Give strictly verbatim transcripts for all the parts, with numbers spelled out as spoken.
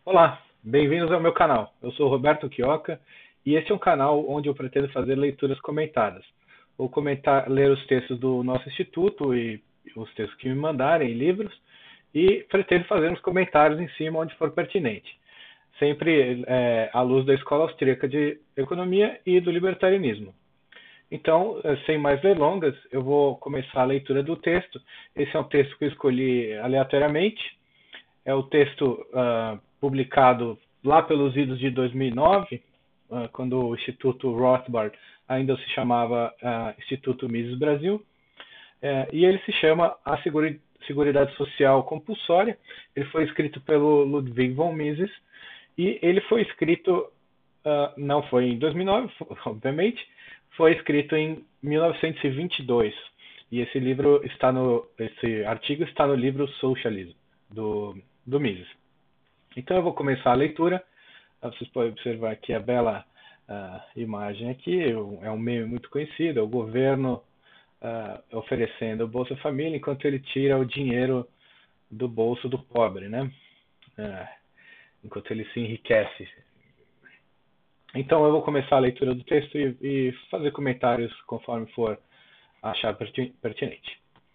Olá, bem-vindos ao meu canal. Eu sou o Roberto Quioca e este é um canal onde eu pretendo fazer leituras comentadas. Vou comentar, ler os textos do nosso instituto e os textos que me mandarem, livros, e pretendo fazer uns comentários em cima onde for pertinente. Sempre é, à luz da Escola Austríaca de Economia e do Libertarianismo. Então, sem mais delongas, eu vou começar a leitura do texto. Esse é um texto que eu escolhi aleatoriamente. É o texto uh, publicado lá pelos idos de dois mil e nove, uh, quando o Instituto Rothbard ainda se chamava uh, Instituto Mises Brasil, uh, e ele se chama A Seguridade Social Compulsória. Ele foi escrito pelo Ludwig von Mises, e ele foi escrito, uh, não foi em dois mil e nove, obviamente, foi escrito em mil novecentos e vinte e dois, e esse livro está no, esse artigo está no livro Socialism, do do Mises. Então eu vou começar a leitura. Vocês podem observar aqui a bela uh, imagem aqui. É um meme muito conhecido. É o governo uh, oferecendo o Bolsa Família enquanto ele tira o dinheiro do bolso do pobre, né? Uh, enquanto ele se enriquece. Então eu vou começar a leitura do texto e, e fazer comentários conforme for achar pertinente.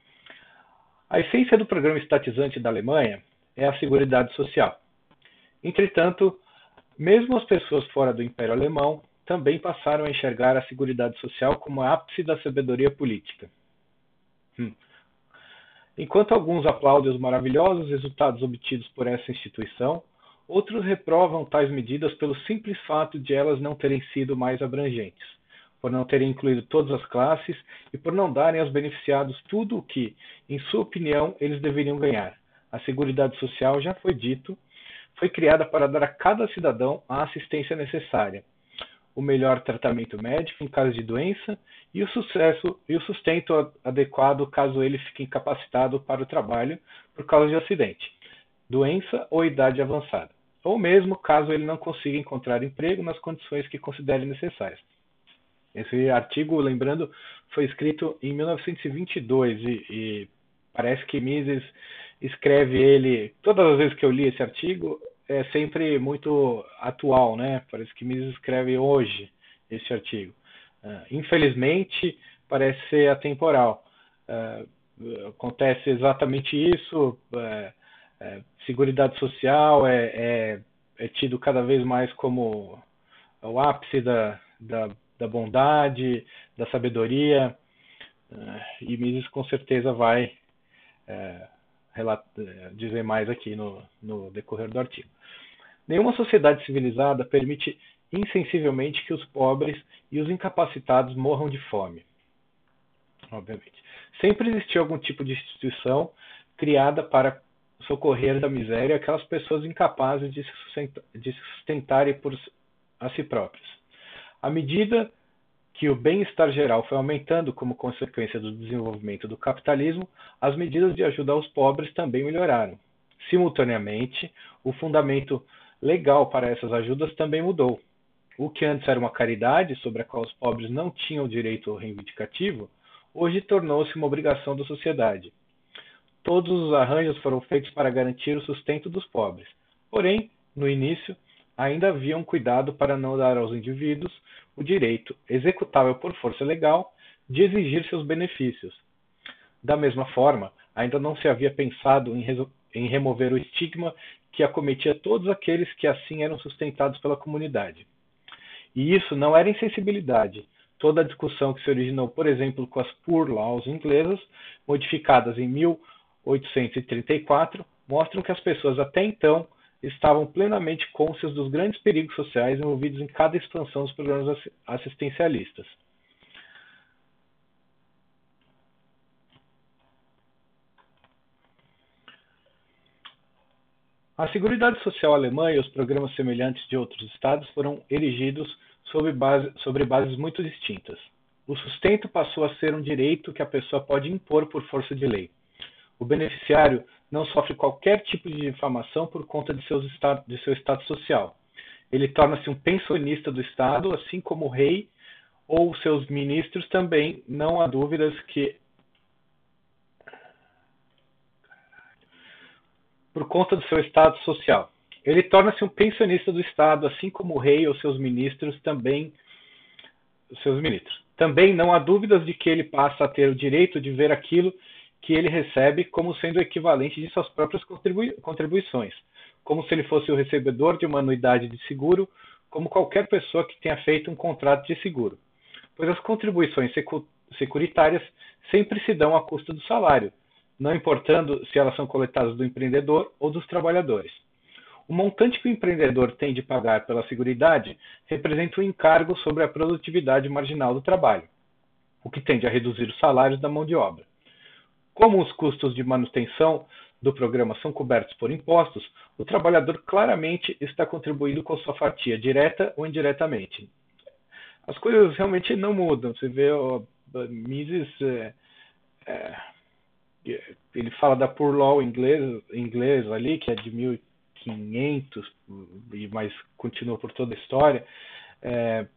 A essência do programa estatizante da Alemanha é a Seguridade Social. Entretanto, mesmo as pessoas fora do Império Alemão também passaram a enxergar a Seguridade Social como ápice da sabedoria política. Hum. Enquanto alguns aplaudem os maravilhosos resultados obtidos por essa instituição, outros reprovam tais medidas pelo simples fato de elas não terem sido mais abrangentes, por não terem incluído todas as classes e por não darem aos beneficiados tudo o que, em sua opinião, eles deveriam ganhar. A Seguridade Social, já foi dito, foi criada para dar a cada cidadão a assistência necessária, o melhor tratamento médico em caso de doença e o, sucesso, e o sustento adequado caso ele fique incapacitado para o trabalho por causa de acidente, doença ou idade avançada, ou mesmo caso ele não consiga encontrar emprego nas condições que considere necessárias. Esse artigo, lembrando, foi escrito em mil novecentos e vinte e dois e, e parece que Mises escreve ele, todas as vezes que eu li esse artigo, é sempre muito atual, né? Parece que Mises escreve hoje esse artigo. Uh, infelizmente, parece ser atemporal. Uh, acontece exatamente isso, uh, uh, Seguridade Social é, é, é tido cada vez mais como o ápice da, da, da bondade, da sabedoria, uh, e Mises com certeza vai uh, dizer mais aqui no, no decorrer do artigo. Nenhuma sociedade civilizada permite insensivelmente que os pobres e os incapacitados morram de fome. Obviamente. Sempre existiu algum tipo de instituição criada para socorrer da miséria aquelas pessoas incapazes de se sustentar, de se sustentarem por a si próprias. À medida que o bem-estar geral foi aumentando como consequência do desenvolvimento do capitalismo, as medidas de ajuda aos pobres também melhoraram. Simultaneamente, o fundamento legal para essas ajudas também mudou. O que antes era uma caridade sobre a qual os pobres não tinham direito reivindicativo, hoje tornou-se uma obrigação da sociedade. Todos os arranjos foram feitos para garantir o sustento dos pobres. Porém, no início, ainda havia um cuidado para não dar aos indivíduos o direito, executável por força legal, de exigir seus benefícios. Da mesma forma, ainda não se havia pensado em, em remover o estigma que acometia todos aqueles que assim eram sustentados pela comunidade. E isso não era insensibilidade. Toda a discussão que se originou, por exemplo, com as Poor Laws inglesas, modificadas em mil oitocentos e trinta e quatro, mostram que as pessoas até então estavam plenamente cônscias dos grandes perigos sociais envolvidos em cada expansão dos programas assistencialistas. A Seguridade Social alemã e os programas semelhantes de outros estados foram erigidos sobre, base, sobre bases muito distintas. O sustento passou a ser um direito que a pessoa pode impor por força de lei. O beneficiário não sofre qualquer tipo de difamação por conta de, seus estado, de seu status social. Ele torna-se um pensionista do Estado, assim como o rei ou seus ministros também. Não há dúvidas que, por conta do seu status social. ele torna-se um pensionista do Estado, assim como o rei ou seus ministros também, seus ministros. Também não há dúvidas de que ele passa a ter o direito de ver aquilo que ele recebe como sendo o equivalente de suas próprias contribui contribuições, como se ele fosse o recebedor de uma anuidade de seguro, como qualquer pessoa que tenha feito um contrato de seguro, pois as contribuições securitárias sempre se dão à custa do salário, não importando se elas são coletadas do empreendedor ou dos trabalhadores. O montante que o empreendedor tem de pagar pela seguridade representa um encargo sobre a produtividade marginal do trabalho, o que tende a reduzir os salários da mão de obra. Como os custos de manutenção do programa são cobertos por impostos, o trabalhador claramente está contribuindo com sua fatia, direta ou indiretamente. As coisas realmente não mudam. Você vê o Mises, é, é, ele fala da Poor Law inglês, inglês ali, que é de mil e quinhentos, mas continua por toda a história. É,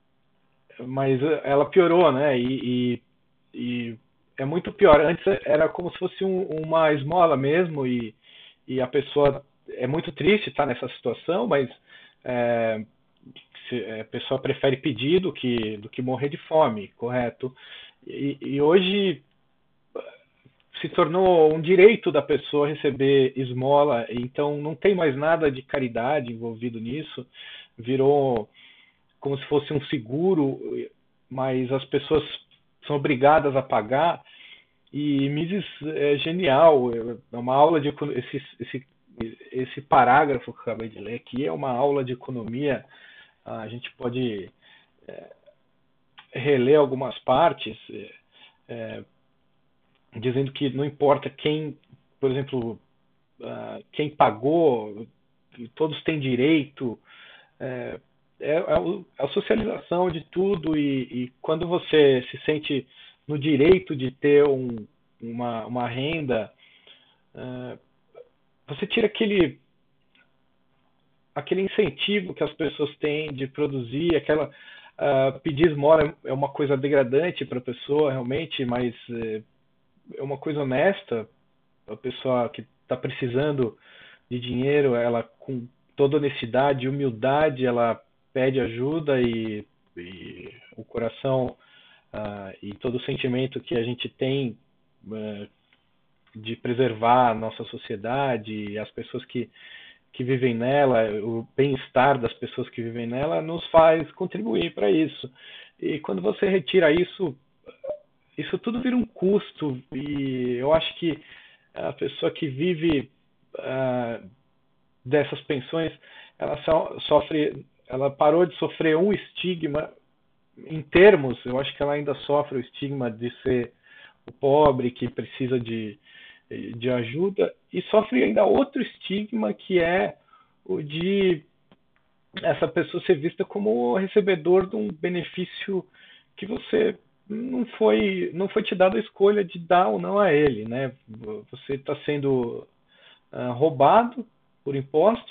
mas ela piorou, né? E, e, e é muito pior. Antes era como se fosse um, uma esmola mesmo, e, e a pessoa é muito triste estar nessa situação, mas é, a pessoa prefere pedir do que, do que morrer de fome, correto? E, e hoje se tornou um direito da pessoa receber esmola, então não tem mais nada de caridade envolvido nisso, virou como se fosse um seguro, mas as pessoas são obrigadas a pagar. E Mises é genial, é uma aula de esse, esse, esse parágrafo que eu acabei de ler aqui é uma aula de economia. A gente pode é, reler algumas partes, é, dizendo que não importa quem, por exemplo, uh, quem pagou, todos têm direito. É, é, é a socialização de tudo, e, e quando você se sente no direito de ter um, uma, uma renda, uh, você tira aquele, aquele incentivo que as pessoas têm de produzir, aquela uh, pedir esmola é uma coisa degradante para a pessoa realmente, mas uh, é uma coisa honesta. A pessoa que está precisando de dinheiro, ela com toda honestidade e humildade, ela pede ajuda, e, e o coração uh, e todo o sentimento que a gente tem uh, de preservar a nossa sociedade, as pessoas que, que vivem nela, o bem-estar das pessoas que vivem nela, nos faz contribuir para isso. E quando você retira isso, isso tudo vira um custo, e eu acho que a pessoa que vive uh, dessas pensões, ela so, sofre, ela parou de sofrer um estigma em termos, eu acho que ela ainda sofre o estigma de ser o pobre que precisa de, de ajuda, e sofre ainda outro estigma, que é o de essa pessoa ser vista como recebedor de um benefício que você não foi, não foi te dado a escolha de dar ou não a ele, né? Você está sendo uh, roubado por impostos,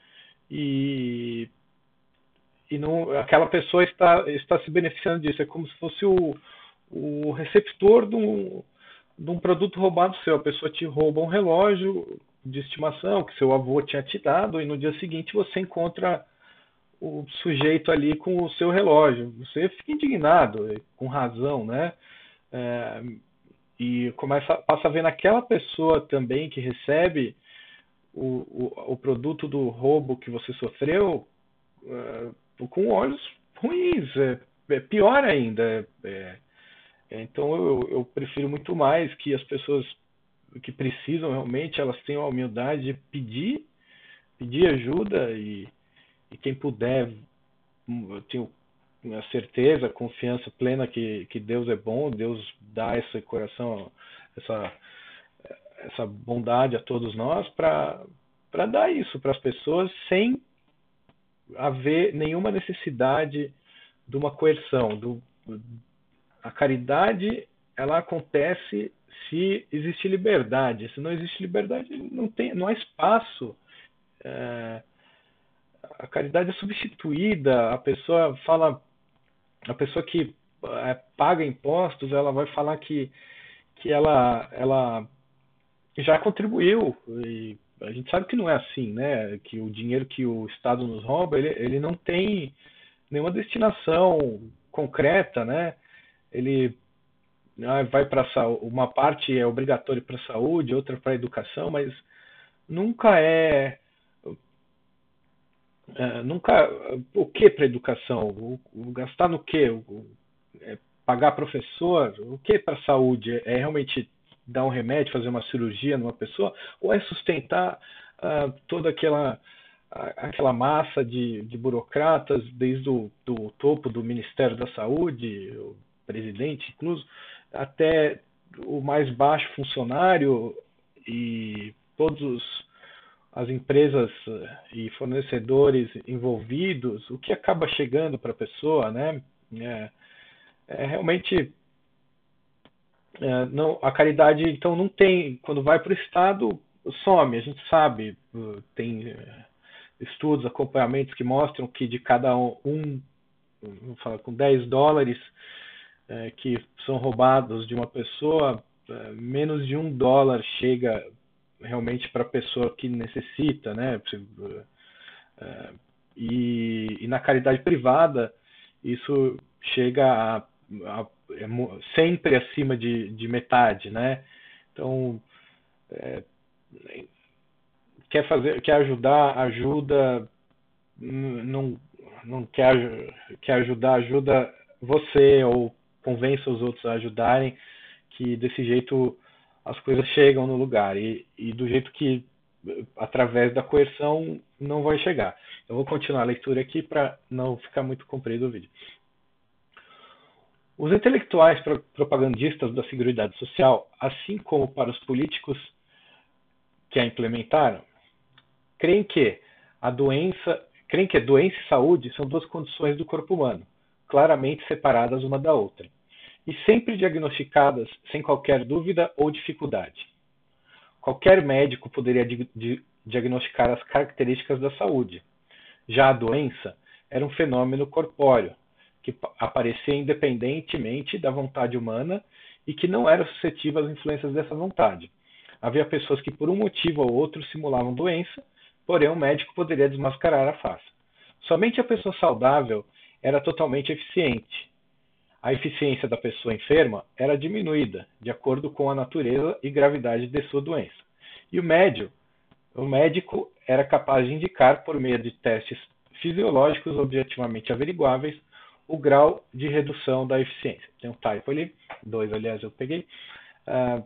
e, e não, aquela pessoa está, está se beneficiando disso. É como se fosse o, o receptor de um, de um produto roubado seu. A pessoa te rouba um relógio de estimação que seu avô tinha te dado, e no dia seguinte você encontra o sujeito ali com o seu relógio. Você fica indignado, com razão, né? É, e começa, passa a ver naquela pessoa também que recebe o, o, o produto do roubo que você sofreu uh, com olhos ruins, é, é pior ainda. É, é, então eu, eu prefiro muito mais que as pessoas que precisam realmente, elas tenham a humildade de pedir, pedir ajuda, e, e quem puder, eu tenho a certeza, a confiança plena que, que Deus é bom, Deus dá esse coração, essa, essa bondade a todos nós, para para dar isso para as pessoas sem haver nenhuma necessidade de uma coerção. Do, a caridade, ela acontece se existe liberdade. Se não existe liberdade, não, tem, não há espaço. É, a caridade é substituída. A pessoa fala, a pessoa que é, paga impostos, ela vai falar que, que ela, ela já contribuiu, e a gente sabe que não é assim, né? Que o dinheiro que o Estado nos rouba, ele, ele não tem nenhuma destinação concreta, né? Ele ah, vai para uma parte é obrigatória para a saúde, outra para a educação, mas nunca é, é nunca o que para a educação, o, o gastar no que, é pagar professor, o que para a saúde é realmente dar um remédio, fazer uma cirurgia numa pessoa, ou é sustentar ah, toda aquela aquela massa de, de burocratas, desde o do topo do Ministério da Saúde, o presidente incluso, até o mais baixo funcionário e todos as empresas e fornecedores envolvidos, o que acaba chegando para a pessoa, né? É, é realmente é, não, a caridade então não tem, quando vai para o Estado some, a gente sabe, tem estudos, acompanhamentos que mostram que de cada um, vamos falar, com dez dólares é, que são roubados de uma pessoa, é, menos de um dólar chega realmente para a pessoa que necessita, né? É, e, e na caridade privada isso chega a, a é, sempre acima de, de metade, né? Então é, quer fazer, quer ajudar, ajuda, não, não quer, quer ajudar, ajuda você ou convença os outros a ajudarem, que desse jeito as coisas chegam no lugar e, e do jeito que através da coerção não vai chegar. Eu vou continuar a leitura aqui para não ficar muito comprido o vídeo. Os intelectuais propagandistas da Seguridade Social, assim como para os políticos que a implementaram, creem que a doença, creem que doença e saúde são duas condições do corpo humano, claramente separadas uma da outra, e sempre diagnosticadas sem qualquer dúvida ou dificuldade. Qualquer médico poderia di di diagnosticar as características da saúde. Já a doença era um fenômeno corpóreo, que aparecia independentemente da vontade humana e que não era suscetível às influências dessa vontade. Havia pessoas que, por um motivo ou outro, simulavam doença, porém o médico poderia desmascarar a face. Somente a pessoa saudável era totalmente eficiente. A eficiência da pessoa enferma era diminuída, de acordo com a natureza e gravidade de sua doença. E o médio, o médico era capaz de indicar, por meio de testes fisiológicos objetivamente averiguáveis, o grau de redução da eficiência. Tem um typo ali, dois, aliás, eu peguei. Uh,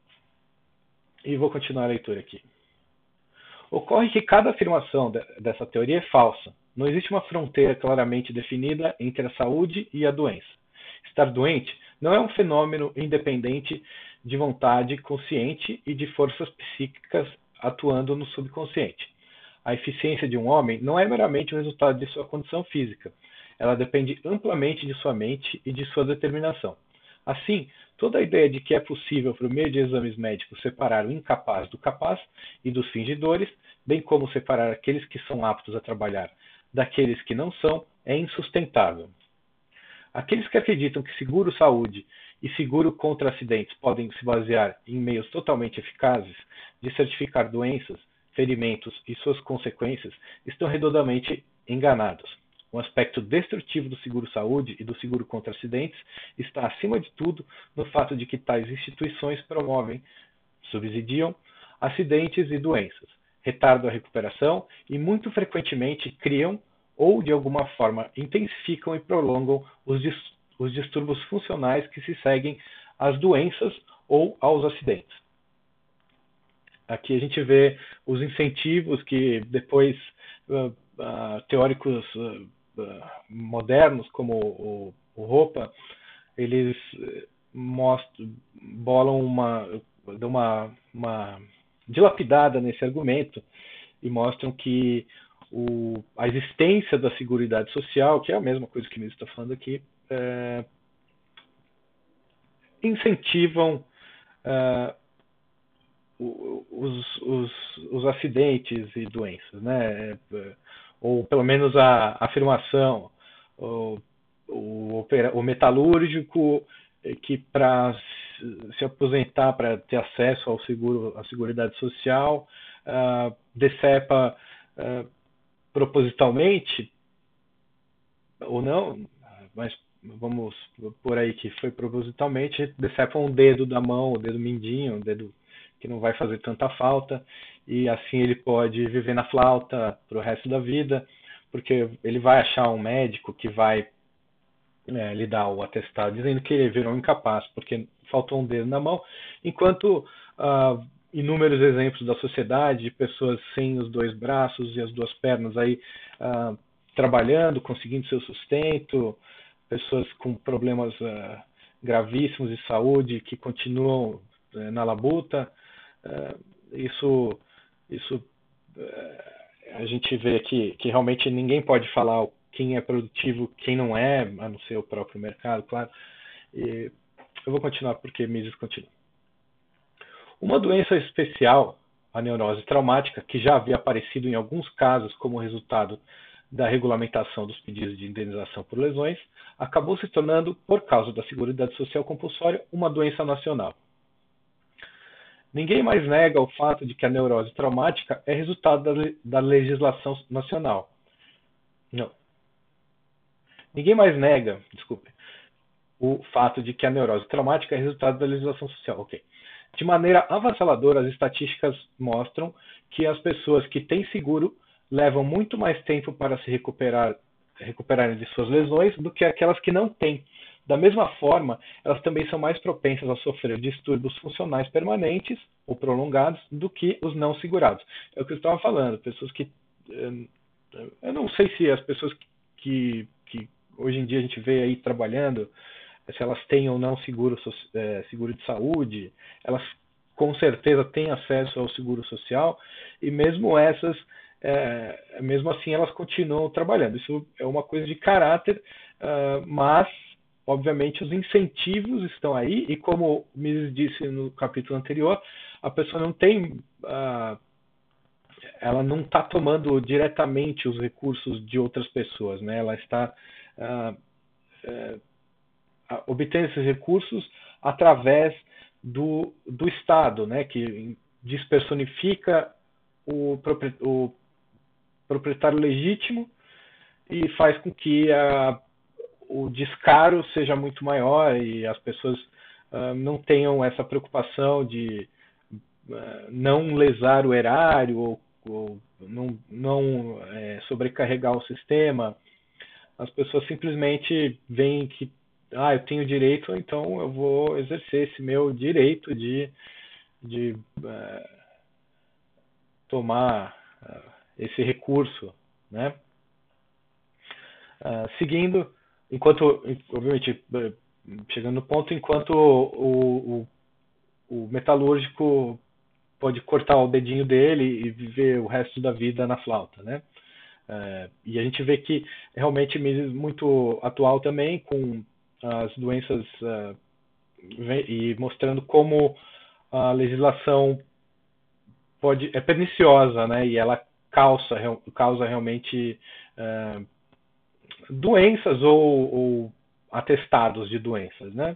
e vou continuar a leitura aqui. Ocorre que cada afirmação dessa teoria é falsa. Não existe uma fronteira claramente definida entre a saúde e a doença. Estar doente não é um fenômeno independente de vontade consciente e de forças psíquicas atuando no subconsciente. A eficiência de um homem não é meramente o resultado de sua condição física. Ela depende amplamente de sua mente e de sua determinação. Assim, toda a ideia de que é possível, por meio de exames médicos, separar o incapaz do capaz e dos fingidores, bem como separar aqueles que são aptos a trabalhar daqueles que não são, é insustentável. Aqueles que acreditam que seguro-saúde e seguro contra acidentes podem se basear em meios totalmente eficazes de certificar doenças, ferimentos e suas consequências estão redondamente enganados. O aspecto destrutivo do seguro-saúde e do seguro contra acidentes está, acima de tudo, no fato de que tais instituições promovem, subsidiam, acidentes e doenças, retardam a recuperação e, muito frequentemente, criam ou, de alguma forma, intensificam e prolongam os, dis- os distúrbios funcionais que se seguem às doenças ou aos acidentes. Aqui a gente vê os incentivos que depois uh, uh, teóricos uh, modernos, como o, o Ropa, eles mostram, bolam uma, dão uma, uma dilapidada nesse argumento e mostram que o, a existência da Seguridade Social, que é a mesma coisa que o Nils está falando aqui, é, incentivam é, os, os, os acidentes e doenças, né? Ou pelo menos a afirmação, o, o, o metalúrgico que para se aposentar, para ter acesso ao seguro, à Seguridade Social, uh, decepa uh, propositalmente ou não, mas vamos por aí que foi propositalmente, decepa um dedo da mão, o dedo mindinho, um dedo que não vai fazer tanta falta, e assim ele pode viver na flauta pro resto da vida, porque ele vai achar um médico que vai é, lhe dar o atestado dizendo que ele virou incapaz porque faltou um dedo na mão, enquanto ah, inúmeros exemplos da sociedade de pessoas sem os dois braços e as duas pernas aí ah, trabalhando, conseguindo seu sustento, pessoas com problemas ah, gravíssimos de saúde que continuam eh, na labuta. Ah, isso, isso eh, a gente vê que, que realmente ninguém pode falar quem é produtivo, quem não é, a não ser o próprio mercado, claro. E eu vou continuar porque Mises continua. Uma doença especial, a neurose traumática, que já havia aparecido em alguns casos como resultado da regulamentação dos pedidos de indenização por lesões, acabou se tornando, por causa da Seguridade Social Compulsória, uma doença nacional. Ninguém mais nega o fato de que a neurose traumática é resultado da, da legislação nacional. Não. Ninguém mais nega, desculpe, o fato de que a neurose traumática é resultado da legislação social. Okay. De maneira avassaladora, as estatísticas mostram que as pessoas que têm seguro levam muito mais tempo para se recuperar, recuperarem de suas lesões do que aquelas que não têm. Da mesma forma, elas também são mais propensas a sofrer distúrbios funcionais permanentes ou prolongados do que os não segurados. É o que eu estava falando, pessoas que... Eu não sei se as pessoas que, que hoje em dia a gente vê aí trabalhando, se elas têm ou não seguro, é, seguro de saúde, elas com certeza têm acesso ao seguro social, e mesmo essas, é, mesmo assim elas continuam trabalhando. Isso é uma coisa de caráter, uh, mas obviamente os incentivos estão aí, e como o Mises disse no capítulo anterior, a pessoa não tem... Uh, ela não está tomando diretamente os recursos de outras pessoas, né? Ela está uh, uh, obtendo esses recursos através do, do Estado, né? Que despersonifica o, o proprietário legítimo e faz com que a, o descaro seja muito maior e as pessoas uh, não tenham essa preocupação de uh, não lesar o erário ou, ou não, não é, sobrecarregar o sistema. As pessoas simplesmente veem que ah, eu tenho direito, então eu vou exercer esse meu direito de, de uh, tomar uh, esse recurso, né? Uh, seguindo, enquanto, obviamente, chegando no ponto, enquanto o, o, o metalúrgico pode cortar o dedinho dele e viver o resto da vida na flauta, né? Uh, e a gente vê que realmente Mises muito atual também com as doenças uh, e mostrando como a legislação pode é perniciosa, né? E ela causa, causa realmente uh, doenças ou, ou atestados de doenças, né?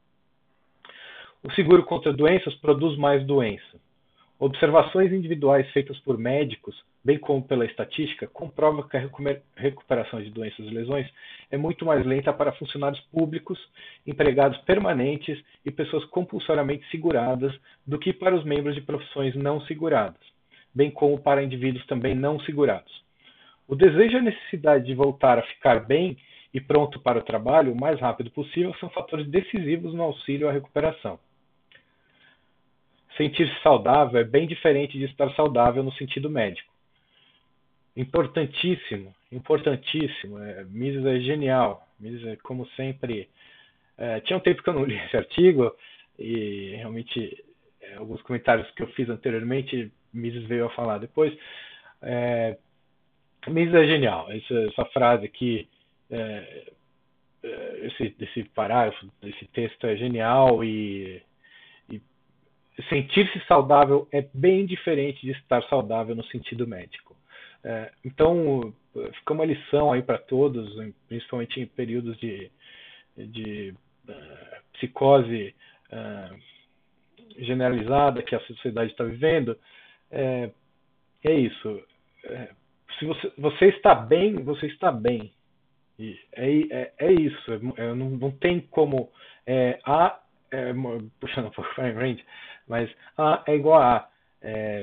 O seguro contra doenças produz mais doença. Observações individuais feitas por médicos, bem como pela estatística, comprovam que a recuperação de doenças e lesões é muito mais lenta para funcionários públicos, empregados permanentes e pessoas compulsoriamente seguradas do que para os membros de profissões não seguradas, bem como para indivíduos também não segurados. O desejo e a necessidade de voltar a ficar bem e pronto para o trabalho o mais rápido possível são fatores decisivos no auxílio à recuperação. Sentir-se saudável é bem diferente de estar saudável no sentido médico. Importantíssimo, importantíssimo. É, Mises é genial. Mises é, como sempre... É, tinha um tempo que eu não li esse artigo e realmente é, alguns comentários que eu fiz anteriormente, Mises veio a falar depois. É, Mises é genial. Essa, essa frase aqui, é, esse, esse parágrafo, esse texto é genial e... sentir-se saudável é bem diferente de estar saudável no sentido médico. É, então, fica uma lição aí para todos, principalmente em períodos de, de uh, psicose uh, generalizada que a sociedade está vivendo. É, é isso. É, se você, você está bem, você está bem. E é, é, é isso. É, não, não tem como. É, A, é, puxando um pouco para frente, mas A é igual a A. É,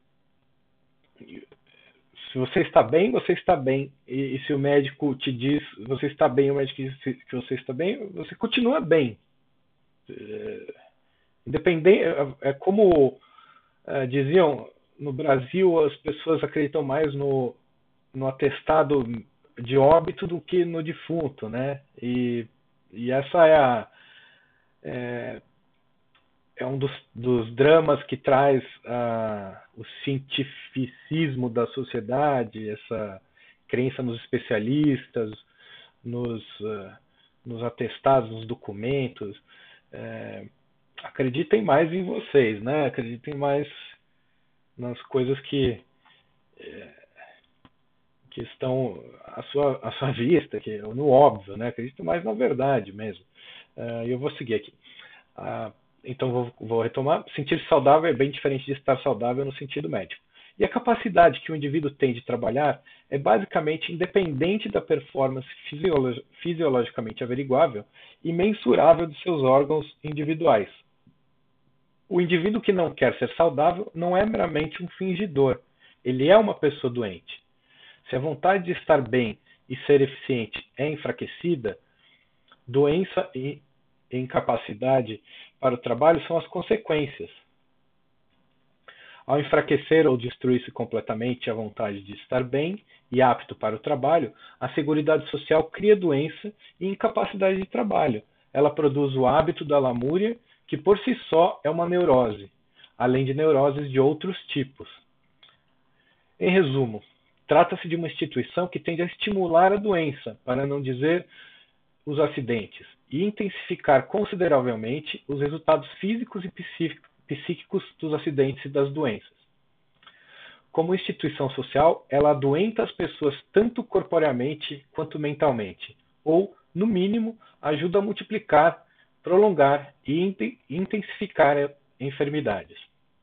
se você está bem, você está bem. E, e se o médico te diz você está bem, o médico diz que você está bem, você continua bem. É, independente, é, é como é, diziam no Brasil, as pessoas acreditam mais no, no atestado de óbito do que no defunto, né? E, e essa é a é, é um dos, dos dramas que traz ah, o cientificismo da sociedade, essa crença nos especialistas, nos, ah, nos atestados, nos documentos. É, acreditem mais em vocês, né? Acreditem mais nas coisas que, que estão à sua, à sua vista, que, no óbvio, né? Acreditem mais na verdade mesmo. E uh, eu vou seguir aqui. Uh, então, vou, vou retomar. Sentir-se saudável é bem diferente de estar saudável no sentido médico. E a capacidade que o indivíduo tem de trabalhar é basicamente independente da performance fisiolo fisiologicamente averiguável e mensurável de seus órgãos individuais. O indivíduo que não quer ser saudável não é meramente um fingidor. Ele é uma pessoa doente. Se a vontade de estar bem e ser eficiente é enfraquecida, doença e incapacidade para o trabalho são as consequências. Ao enfraquecer ou destruir-se completamente a vontade de estar bem e apto para o trabalho, a Seguridade Social cria doença e incapacidade de trabalho. Ela produz o hábito da lamúria, que por si só é uma neurose, além de neuroses de outros tipos. Em resumo, trata-se de uma instituição que tende a estimular a doença, para não dizer os acidentes, e intensificar consideravelmente os resultados físicos e psíquicos dos acidentes e das doenças. Como instituição social, ela adoenta as pessoas tanto corporeamente quanto mentalmente, ou, no mínimo, ajuda a multiplicar, prolongar e intensificar enfermidades.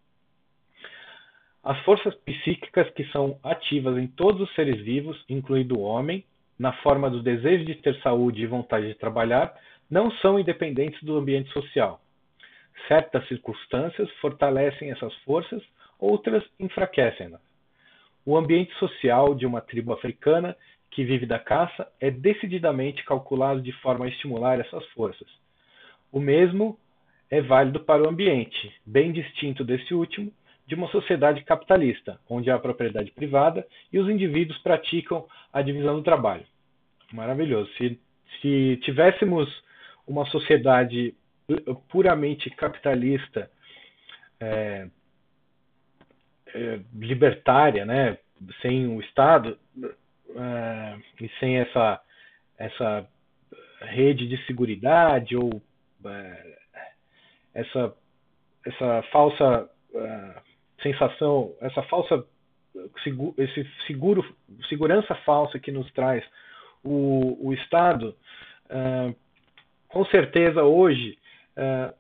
As forças psíquicas que são ativas em todos os seres vivos, incluindo o homem, na forma do desejo de ter saúde e vontade de trabalhar, não são independentes do ambiente social. Certas circunstâncias fortalecem essas forças, outras enfraquecem-nas. O ambiente social de uma tribo africana que vive da caça é decididamente calculado de forma a estimular essas forças. O mesmo é válido para o ambiente, bem distinto desse último, de uma sociedade capitalista, onde há propriedade privada e os indivíduos praticam a divisão do trabalho. Maravilhoso. Se, se tivéssemos uma sociedade puramente capitalista, é, é, libertária, né, sem o Estado é, e sem essa, essa rede de seguridade ou é, essa, essa falsa é, sensação, essa falsa esse seguro, segurança falsa que nos traz o, o Estado, uh, com certeza hoje uh,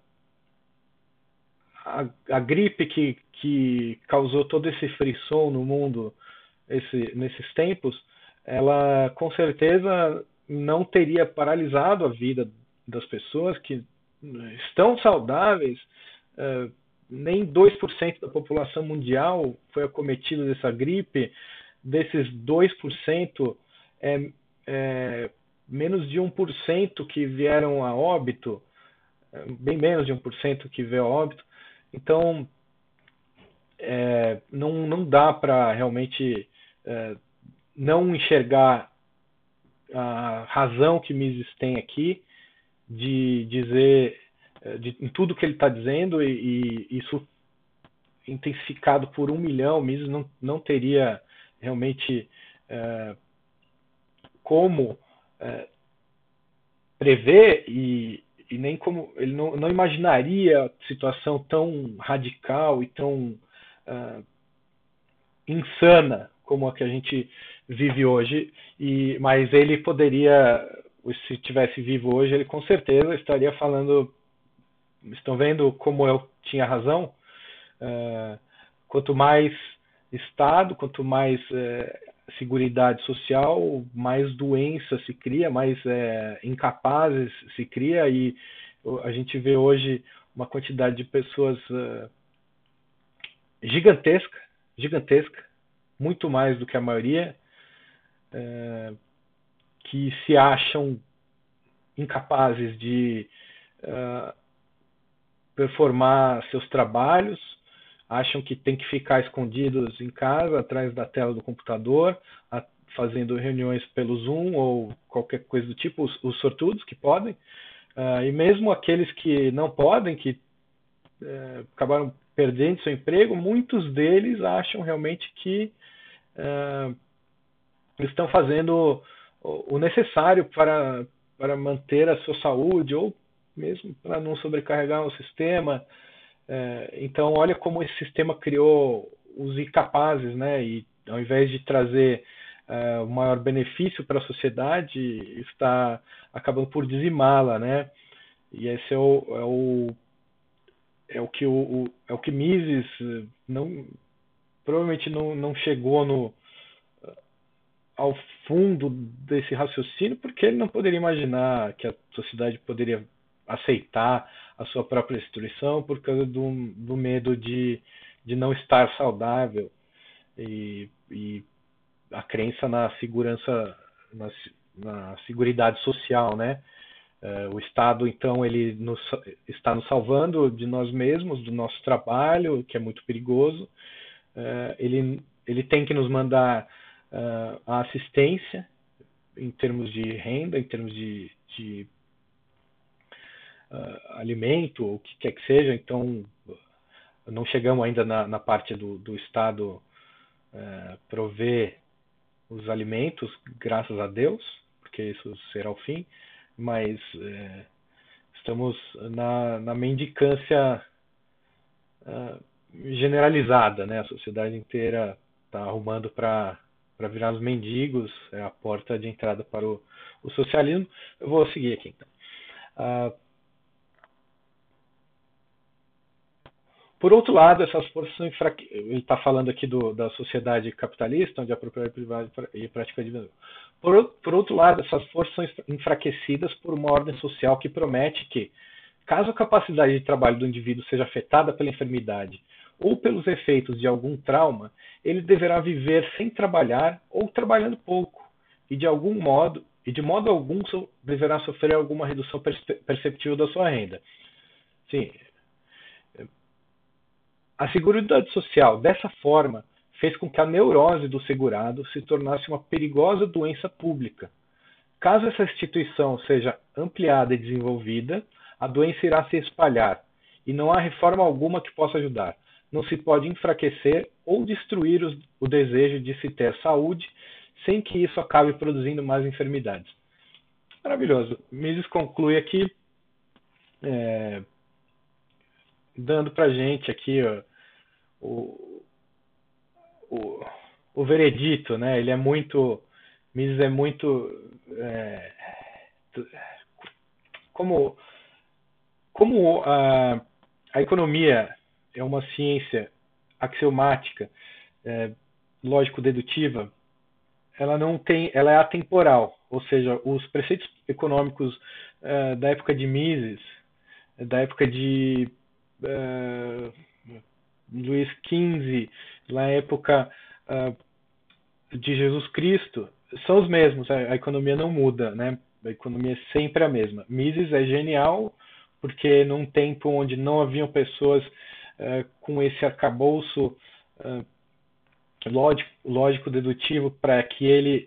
a, a gripe que, que causou todo esse frisson no mundo esse, nesses tempos, ela com certeza não teria paralisado a vida das pessoas que estão saudáveis. Uh, nem dois por cento da população mundial foi acometida dessa gripe. Desses dois por cento, é, é, menos de um por cento que vieram a óbito, bem menos de um por cento que veio a óbito. Então, é, não, não dá para realmente é, não enxergar a razão que Mises tem aqui de dizer de, em tudo que ele está dizendo, e, e isso intensificado por um milhão, Mises não, não teria realmente é, como é, prever e, e nem como ele não, não imaginaria situação tão radical e tão uh, insana como a que a gente vive hoje. E, mas ele poderia, se tivesse vivo hoje, ele com certeza estaria falando. Estão vendo como eu tinha razão? Uh, quanto mais Estado, quanto mais é, seguridade social, mais doença se cria, mais é, incapazes se cria, e a gente vê hoje uma quantidade de pessoas uh, gigantesca, gigantesca, muito mais do que a maioria, uh, que se acham incapazes de uh, performar seus trabalhos, acham que tem que ficar escondidos em casa, atrás da tela do computador, a, fazendo reuniões pelo Zoom ou qualquer coisa do tipo, os, os sortudos que podem, uh, e mesmo aqueles que não podem, que uh, acabaram perdendo seu emprego, muitos deles acham realmente que uh, estão fazendo o, o necessário para, para manter a sua saúde, ou mesmo para não sobrecarregar o sistema. É, então, olha como esse sistema criou os incapazes, né? E ao invés de trazer é, o maior benefício para a sociedade, está acabando por dizimá-la, né? E esse é o, é o, é o que o, o é o que Mises não, provavelmente não, não chegou no, ao fundo desse raciocínio, porque ele não poderia imaginar que a sociedade poderia aceitar a sua própria destruição por causa do, do medo de, de não estar saudável, e, e a crença na segurança, na, na seguridade social, né? Uh, o Estado, então, ele nos, está nos salvando de nós mesmos, do nosso trabalho, que é muito perigoso. Uh, ele, ele tem que nos mandar uh, a assistência em termos de renda, em termos de, de uh, alimento, o que quer que seja. Então, não chegamos ainda na, na parte do, do Estado uh, prover os alimentos, graças a Deus, porque isso será o fim, mas uh, estamos na, na mendicância uh, generalizada, né? A sociedade inteira está arrumando para para virar os mendigos, é a porta de entrada para o, o socialismo. Eu vou seguir aqui, então. Uh, por outro lado, essas forças são enfraque... Ele está falando aqui do, da sociedade capitalista, onde a propriedade privada e a prática de por, por outro lado, essas forças são enfraquecidas por uma ordem social que promete que, caso a capacidade de trabalho do indivíduo seja afetada pela enfermidade ou pelos efeitos de algum trauma, ele deverá viver sem trabalhar ou trabalhando pouco, e de algum modo, e de modo algum deverá sofrer alguma redução perceptível da sua renda. Sim. A Seguridade Social, dessa forma, fez com que a neurose do segurado se tornasse uma perigosa doença pública. Caso essa instituição seja ampliada e desenvolvida, a doença irá se espalhar, e não há reforma alguma que possa ajudar. Não se pode enfraquecer ou destruir os, o desejo de se ter saúde sem que isso acabe produzindo mais enfermidades. Maravilhoso. Mises conclui aqui, é, dando para a gente aqui ó, o, o, o veredito, né? Ele é muito, Mises é muito, é, como, como a, a economia é uma ciência axiomática, é, lógico-dedutiva, ela não tem, ela é atemporal, ou seja, os preceitos econômicos é, da época de Mises, da época de é, Luís quinze, na época é, de Jesus Cristo, são os mesmos. A, a economia não muda, né? A economia é sempre a mesma. Mises é genial porque num tempo onde não haviam pessoas Uh, com esse arcabouço uh, lógico, lógico dedutivo para que ele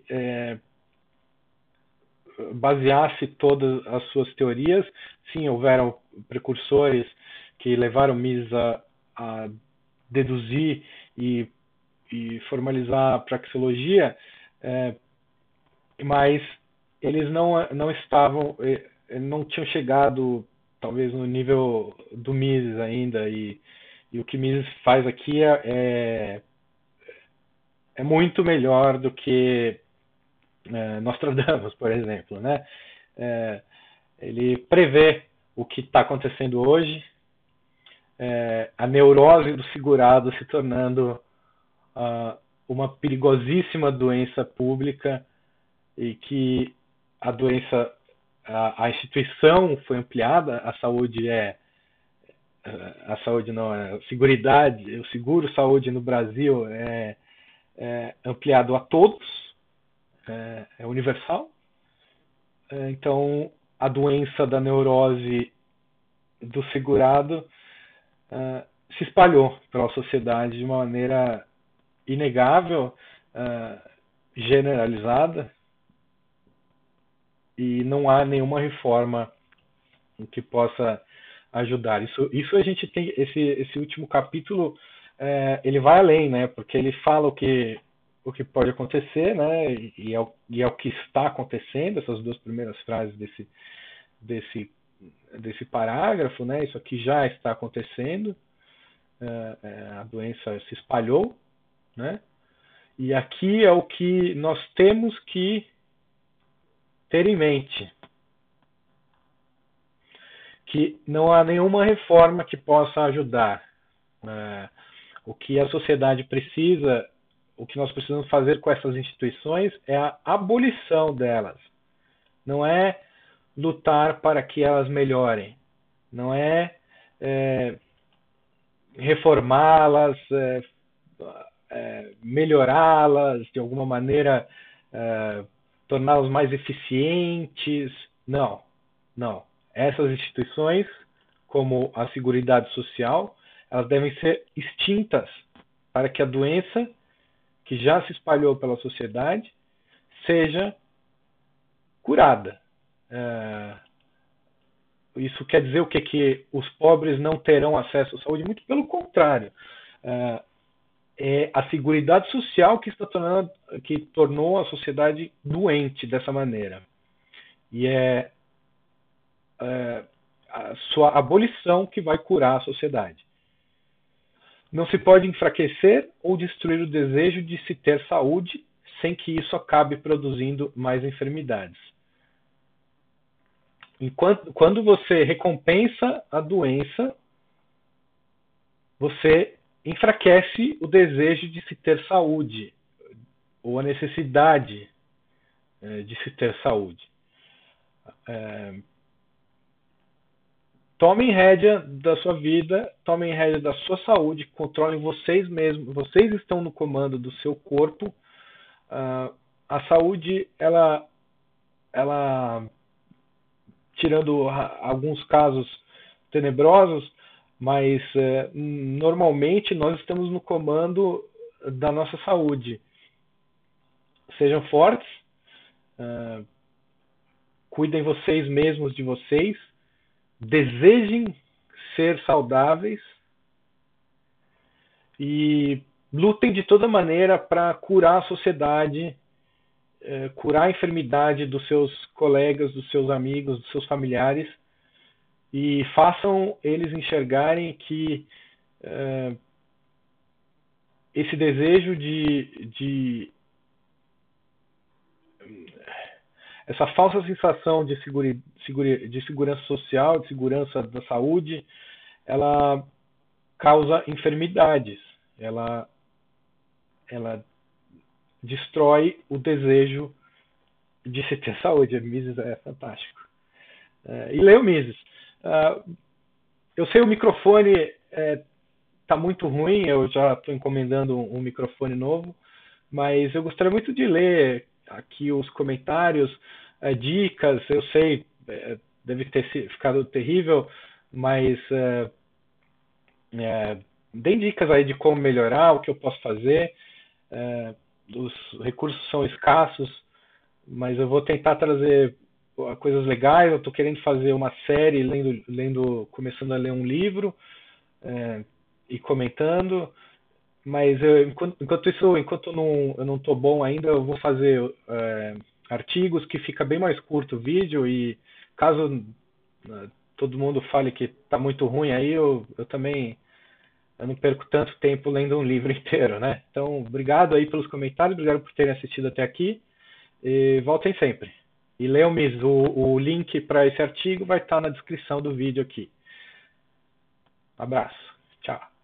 uh, baseasse todas as suas teorias. Sim, houveram precursores que levaram Mises a, a deduzir e, e formalizar a praxeologia, uh, mas eles não, não estavam, não tinham chegado talvez no nível do Mises ainda, e E o que Mises faz aqui é, é, é muito melhor do que é, Nostradamus, por exemplo, né? É, ele prevê o que está acontecendo hoje, é, a neurose do segurado se tornando uh, uma perigosíssima doença pública e que a doença, a, a instituição foi ampliada, a saúde é, a saúde não, a seguridade, o seguro saúde no Brasil é, é ampliado a todos, é, é universal. É, então, a doença da neurose do segurado uh, se espalhou pela sociedade de uma maneira inegável, uh, generalizada, e não há nenhuma reforma que possa ajudar. Isso, isso a gente tem, esse, esse último capítulo, é, ele vai além, né? Porque ele fala o que, o que pode acontecer, né? E é, o, e é o que está acontecendo, essas duas primeiras frases desse, desse, desse parágrafo, né? Isso aqui já está acontecendo, é, é, a doença se espalhou, né? E aqui é o que nós temos que ter em mente, que não há nenhuma reforma que possa ajudar. É, o que a sociedade precisa, o que nós precisamos fazer com essas instituições é a abolição delas. Não é lutar para que elas melhorem. Não é, é reformá-las, é, é, melhorá-las, de alguma maneira é, torná-las mais eficientes. Não, não. Essas instituições, como a Seguridade Social, elas devem ser extintas para que a doença que já se espalhou pela sociedade seja curada. É, isso quer dizer o quê? Que os pobres não terão acesso à saúde? Muito pelo contrário. É, é a Seguridade Social que, está tornando, que tornou a sociedade doente dessa maneira. E é, é a sua abolição que vai curar a sociedade. Não se pode enfraquecer ou destruir o desejo de se ter saúde sem que isso acabe produzindo mais enfermidades. Enquanto, quando você recompensa a doença, você enfraquece o desejo de se ter saúde, ou a necessidade é, de se ter saúde. É, tomem rédea da sua vida, tomem rédea da sua saúde, controlem vocês mesmos, vocês estão no comando do seu corpo. Uh, a saúde, ela, ela, tirando alguns casos tenebrosos, mas uh, normalmente nós estamos no comando da nossa saúde. Sejam fortes, uh, cuidem vocês mesmos de vocês, desejem ser saudáveis e lutem de toda maneira para curar a sociedade, eh, curar a enfermidade dos seus colegas, dos seus amigos, dos seus familiares, e façam eles enxergarem que eh, esse desejo de, de essa falsa sensação de, segura, segura, de segurança social, de segurança da saúde, ela causa enfermidades, ela, ela destrói o desejo de se ter saúde. Mises é fantástico. Uh, e leia o Mises. Uh, eu sei o microfone está é, muito ruim, eu já estou encomendando um, um microfone novo, mas eu gostaria muito de ler aqui os comentários, uh, dicas. Eu sei, uh, deve ter ficado terrível, mas uh, uh, deem dicas aí de como melhorar, o que eu posso fazer. Uh, os recursos são escassos, mas eu vou tentar trazer coisas legais. Eu estou querendo fazer uma série, lendo, lendo, começando a ler um livro é, e comentando, mas eu, enquanto, enquanto isso, enquanto não, eu não estou bom ainda, eu vou fazer é, artigos que fica bem mais curto o vídeo, e caso uh, todo mundo fale que está muito ruim aí, eu, eu também eu não perco tanto tempo lendo um livro inteiro, né? Então, obrigado aí pelos comentários, obrigado por terem assistido até aqui, e voltem sempre. E leiam mesmo, o, o link para esse artigo vai estar na descrição do vídeo aqui. Um abraço, tchau.